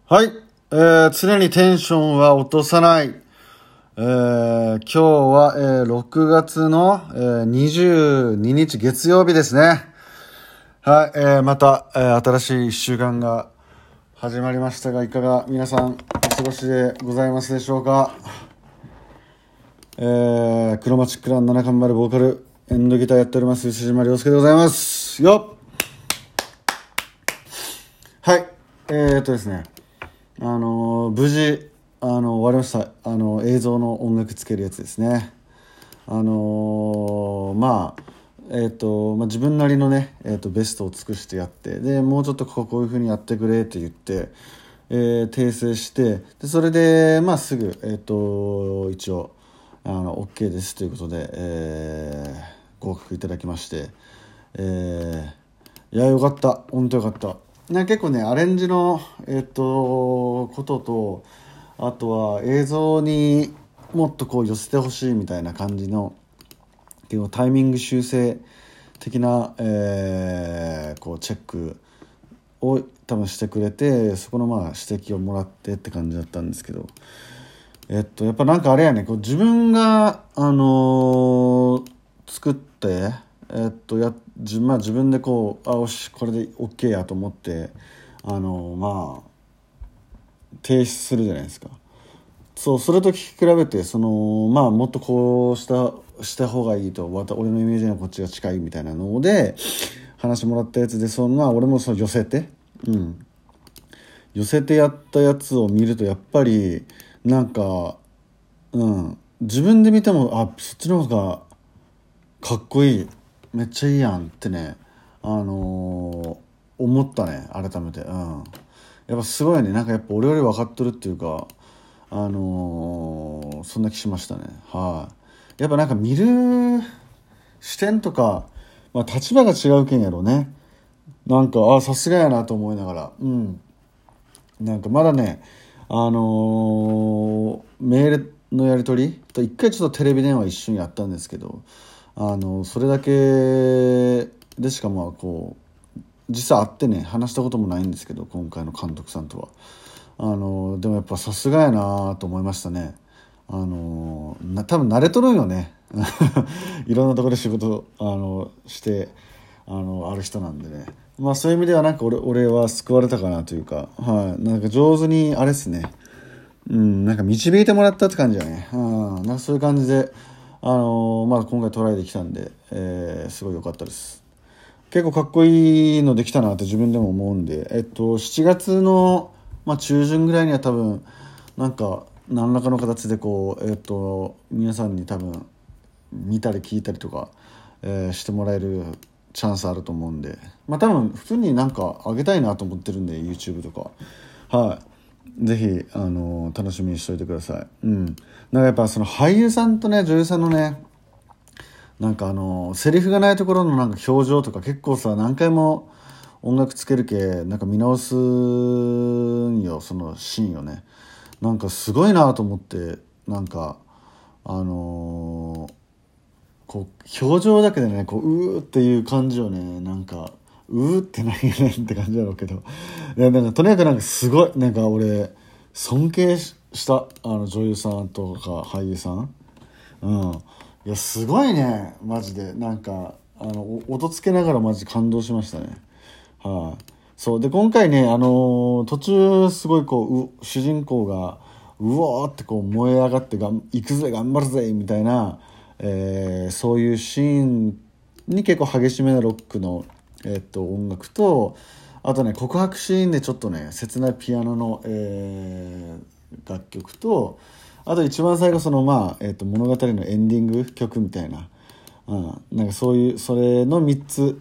はい、常にテンションは落とさない。今日は、6月の、22日月曜日ですね。はい、また、新しい1週間が始まりましたが、いかが皆さんお過ごしでございますでしょうか。クロマチックラン7巻丸ボーカルエンドギターやっております牛島亮介でございますよ。はい、ですね、無事終わりました。映像の音楽つけるやつですね。自分なりのね、ベストを尽くしてやって、でもうちょっとこういう風にやってくれって言って、訂正して、でそれですぐ一応OK ですということで、合格いただきまして、いやよかった、本当よかった。結構ねアレンジのことと、あとは映像にもっとこう寄せてほしいみたいな感じの結構タイミング修正的な、こうチェックを多分してくれて、そこの指摘をもらってって感じだったんですけど、やっぱあれやね、こう自分が作って自分でこうよしこれで OK やと思って提出するじゃないですか。それと比べてもっとこうした方がいいと、俺のイメージにはこっちが近いみたいなので話もらったやつで、俺も寄せて、寄せてやったやつを見るとやっぱり自分で見てもそっちの方がかっこいい、めっちゃいいやんってね、思ったね、改めて。やっぱすごいね、やっぱ俺より分かっとるっていうか、そんな気しましたね。やっぱ見る視点とか、立場が違うけんやろね。さすがやなと思いながら、まだね、メールのやり取りと一回ちょっとテレビ電話一緒にやったんですけど、それだけでしかこう実際会ってね話したこともないんですけど、今回の監督さんとはでもやっぱさすがやなと思いましたね。多分慣れとるんよねいろんなところで仕事してある人なんでね、そういう意味では俺は救われたかなというか、上手にあれですね、導いてもらったって感じだね。そういう感じで今回トライできたんで、すごい良かったです。結構かっこいいのできたなって自分でも思うんで、7月の、中旬ぐらいには多分何らかの形でこう、皆さんに多分見たり聞いたりとか、してもらえるチャンスあると思うんで、多分普通にあげたいなと思ってるんで YouTube とかぜひ楽しみにしておいてください。やっぱその俳優さんとね女優さんのねセリフがないところの表情とか結構さ、何回も音楽つけるけ見直すんよ、そのシーンをね。すごいなと思って、こう表情だけでねこうっていう感じをねうーってなんやねんって感じだろうけど、いやとにかくすごい俺尊敬した女優さんとか俳優さん、いやすごいねマジで。音つけながらマジ感動しましたね。そうで今回ね途中すごいこう主人公がうおーってこう燃え上がって行くぜ頑張るぜみたいな、そういうシーンに結構激しめなロックの、音楽と、あとね告白シーンでちょっとね切ないピアノの、楽曲と、あと一番最後物語のエンディング曲みたいな、そういうそれの3つ、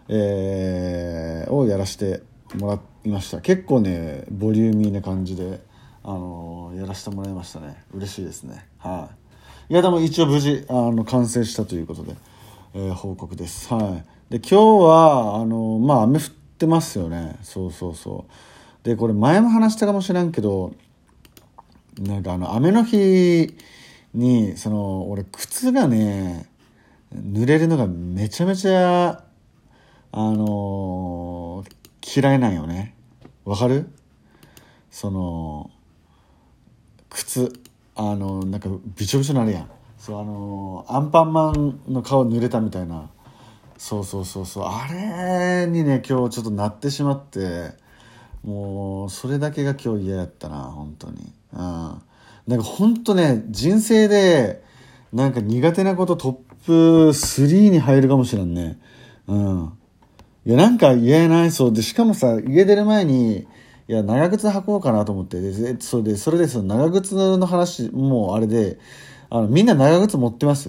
をやらせてもらいました。結構ねボリューミーな感じでやらせてもらいましたね。嬉しいですね。いやでも一応無事完成したということで、報告です。で今日は雨降ってますよね。そうでこれ前も話したかもしれんけど、雨の日に俺靴がね濡れるのがめちゃめちゃ嫌いなんよね。わかる？ その靴なんかびちょびちょになるやん。そうアンパンマンの顔濡れたみたいな。そうあれにね今日ちょっとなってしまって、もうそれだけが今日嫌やったな本当に。なんか本当ね人生でなんか苦手なことトップ3に入るかもしれんね。いやなんか言えないそうで、しかもさ家出る前にいや長靴履こうかなと思って、それでその長靴の話もうあれでみんな長靴持ってます。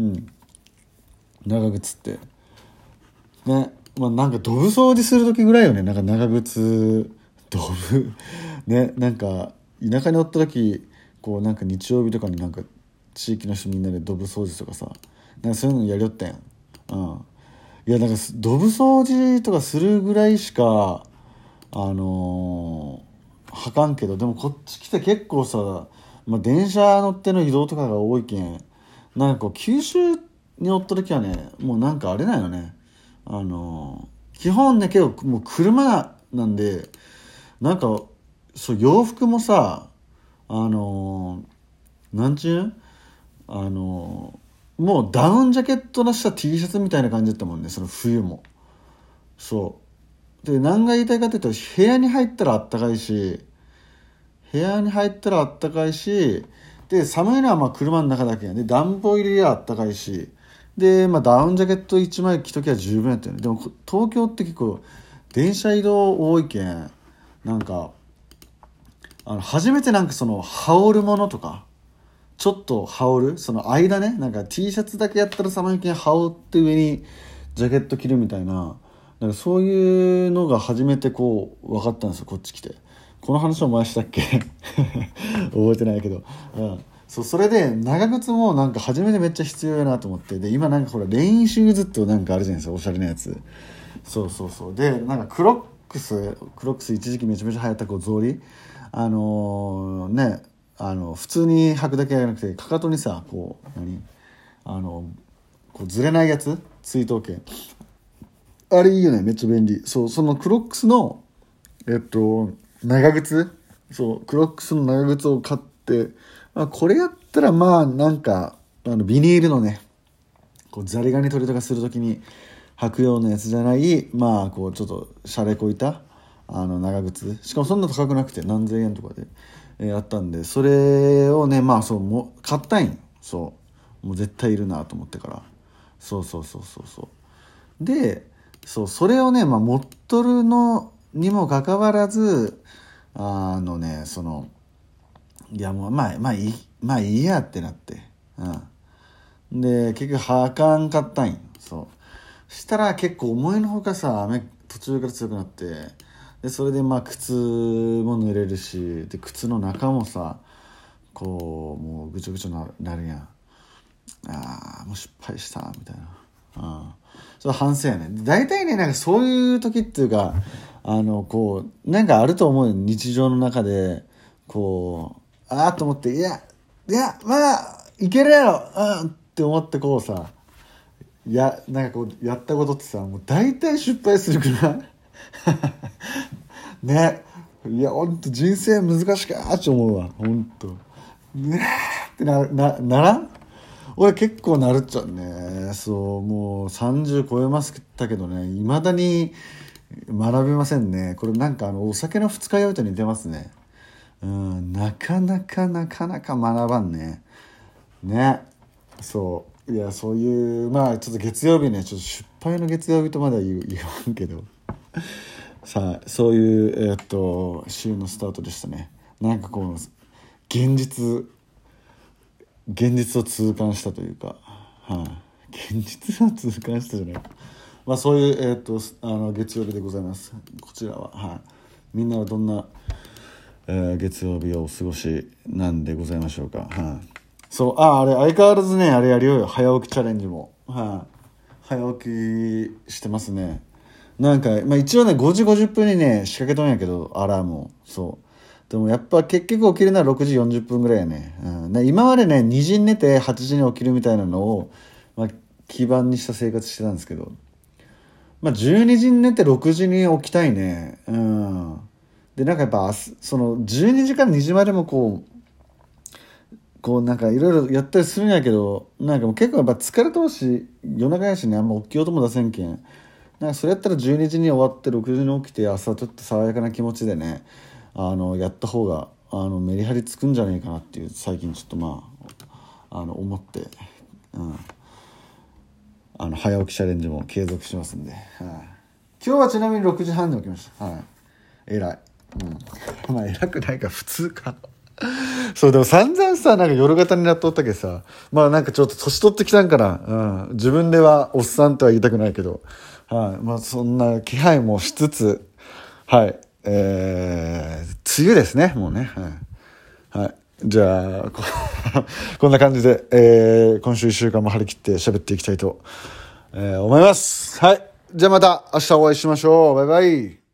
長靴ってね、まあなんかドブ掃除する時ぐらいよね、なんか長靴ドブね、なんか田舎におった時こうなんか日曜日とかになんか地域の人みんなでドブ掃除とかさ、なんかそういうのやりよったやん。いやなんかドブ掃除とかするぐらいしかはかんけど、でもこっち来て結構さ、電車乗っての移動とかが多いけん、なんかこう九州におった時はねもうなんかあれなんよね、基本ね結構もう車なんで、なんかそう洋服もさなんちゅうもうダウンジャケットの下 T シャツみたいな感じだったもんね、その冬も。そうで何が言いたいかっていうと、部屋に入ったらあったかいしで寒いのはまあ車の中だけやで、暖房入れりゃあったかいしで、ダウンジャケット1枚着ときゃ十分やったよね。でも東京って結構電車移動多いけん、なんか初めてなんかその羽織るものとかちょっと羽織るその間ね、なんか T シャツだけやったら寒いけん羽織って上にジャケット着るみたいな、なんかそういうのが初めてこう分かったんですよ、こっち来て。この話を前したっけ覚えてないけど、それで長靴もなんか初めてめっちゃ必要やなと思って、で今なんかほらレインシューズってなんかあるじゃないですか、おしゃれなやつ。でなんかクロックス一時期めちゃめちゃ流行ったこう草履、普通に履くだけじゃなくてかかとにさこうこうずれないやつ追悼系、あれいいよね、めっちゃ便利。そのクロックスの長靴、クロックスの長靴を買って、これやったらなんかビニールのねこうザリガニ取りとかするときに履くようなやつじゃない、こうちょっとシャレこいた長靴、しかもそんな高くなくて何千円とかで、あったんで、それをねもう買ったんよ。もう絶対いるなと思ってから、でそれをね、持っとるのにもかかわらずいやもういいやってなって、で結局履かんかったんよ。したら結構思いのほかさ雨途中から強くなって、でそれで靴も濡れるし、で靴の中もさこうもうぐちょぐちょなるやん。もう失敗したみたいな。それ反省やね。大体ねなんかそういう時っていうかこうなんかあると思うよ、日常の中でこうと思って、いやいけるやろって思ってこうさ、なんかこうやったことってさもう大体失敗するくらいね。いやほんと人生難しかって思うわほんとねってならん。俺結構なるっちゃうね。もう30超えましたけどね、未だに学びませんね。これなんかお酒の二日酔いと似てますね。なかなか学ばんね。いやそういうちょっと月曜日ね、ちょっと失敗の月曜日とまでは言わんけどさあそういう週のスタートでしたね。なんかこう現実を痛感したというか、現実を痛感したじゃないか。そういう、月曜日でございます。こちらは、みんなはどんな、月曜日をお過ごしなんでございましょうか。あれ相変わらずねあれやるよ、早起きチャレンジも。早起きしてますね。なんか、一応ね5時50分にね仕掛けとんやけどアラームを。でもやっぱ結局起きるのは6時40分ぐらいやね。今までね2時に寝て8時に起きるみたいなのを、基盤にした生活してたんですけど、12時に寝て6時に起きたいね。 でなんかやっぱその12時から2時までもこうなんかいろいろやったりするんやけど、なんかもう結構やっぱ疲れ通し、夜中やしね、あんま大きい音も出せんけん、なんかそれやったら12時に終わって6時に起きて、朝ちょっと爽やかな気持ちでね、やった方がメリハリつくんじゃないかなっていう、最近ちょっと思って、早起きチャレンジも継続しますんで、今日はちなみに6時半に起きました。偉い。まあ偉くないか、普通か。そう、でも散々さ、なんか夜型になっとったけどさ、まあなんかちょっと年取ってきたんかな。自分ではおっさんとは言いたくないけど、まあそんな気配もしつつ、梅雨ですね、もうね。じゃあ、こんな感じで、今週1週間も張り切って喋っていきたいと、思います。じゃあまた明日お会いしましょう。バイバイ。